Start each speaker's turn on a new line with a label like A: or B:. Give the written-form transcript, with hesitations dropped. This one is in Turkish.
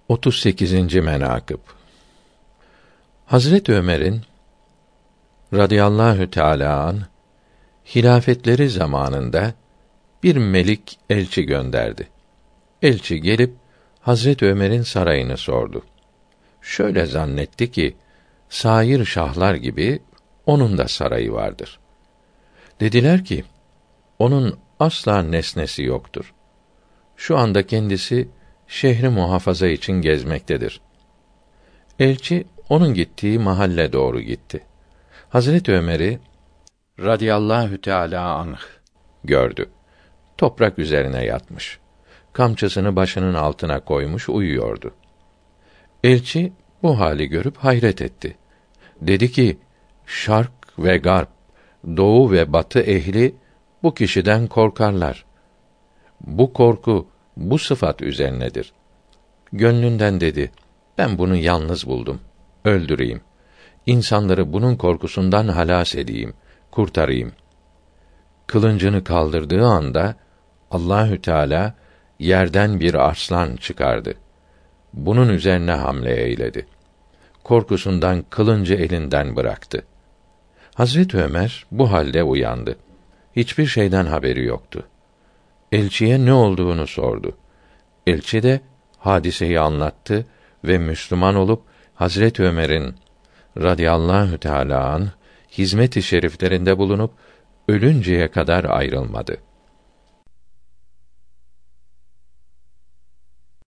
A: 38. menakıb Hazret Ömer'in radıyallahu teâlâ anh hilafetleri zamanında bir melik elçi gönderdi. Elçi gelip Hazret Ömer'in sarayını sordu. Şöyle zannetti ki sair şahlar gibi onun da sarayı vardır. Dediler ki onun asla nesnesi yoktur. Şu anda kendisi şehri muhafaza için gezmektedir. Elçi onun gittiği mahalle doğru gitti. Hazret Ömer'i radıyallahu teâlâ anh gördü. Toprak üzerine yatmış. Kamçısını başının altına koymuş uyuyordu. Elçi bu hali görüp hayret etti. Dedi ki, şark ve garp, doğu ve batı ehli bu kişiden korkarlar. Bu korku bu sıfat üzerinedir. Gönlünden dedi, ben bunu yalnız buldum. Öldüreyim. İnsanları bunun korkusundan halas edeyim, kurtarayım. Kılıncını kaldırdığı anda Allahü Teala yerden bir arslan çıkardı. Bunun üzerine hamle eyledi. Korkusundan kılıncı elinden bıraktı. Hazret Ömer bu halde uyandı. Hiçbir şeyden haberi yoktu. Elçiye ne olduğunu sordu. Elçi de hadiseyi anlattı ve Müslüman olup Hazret Ömer'in radıyallahu teâlâ anh hizmet-i şeriflerinde bulunup ölünceye kadar ayrılmadı.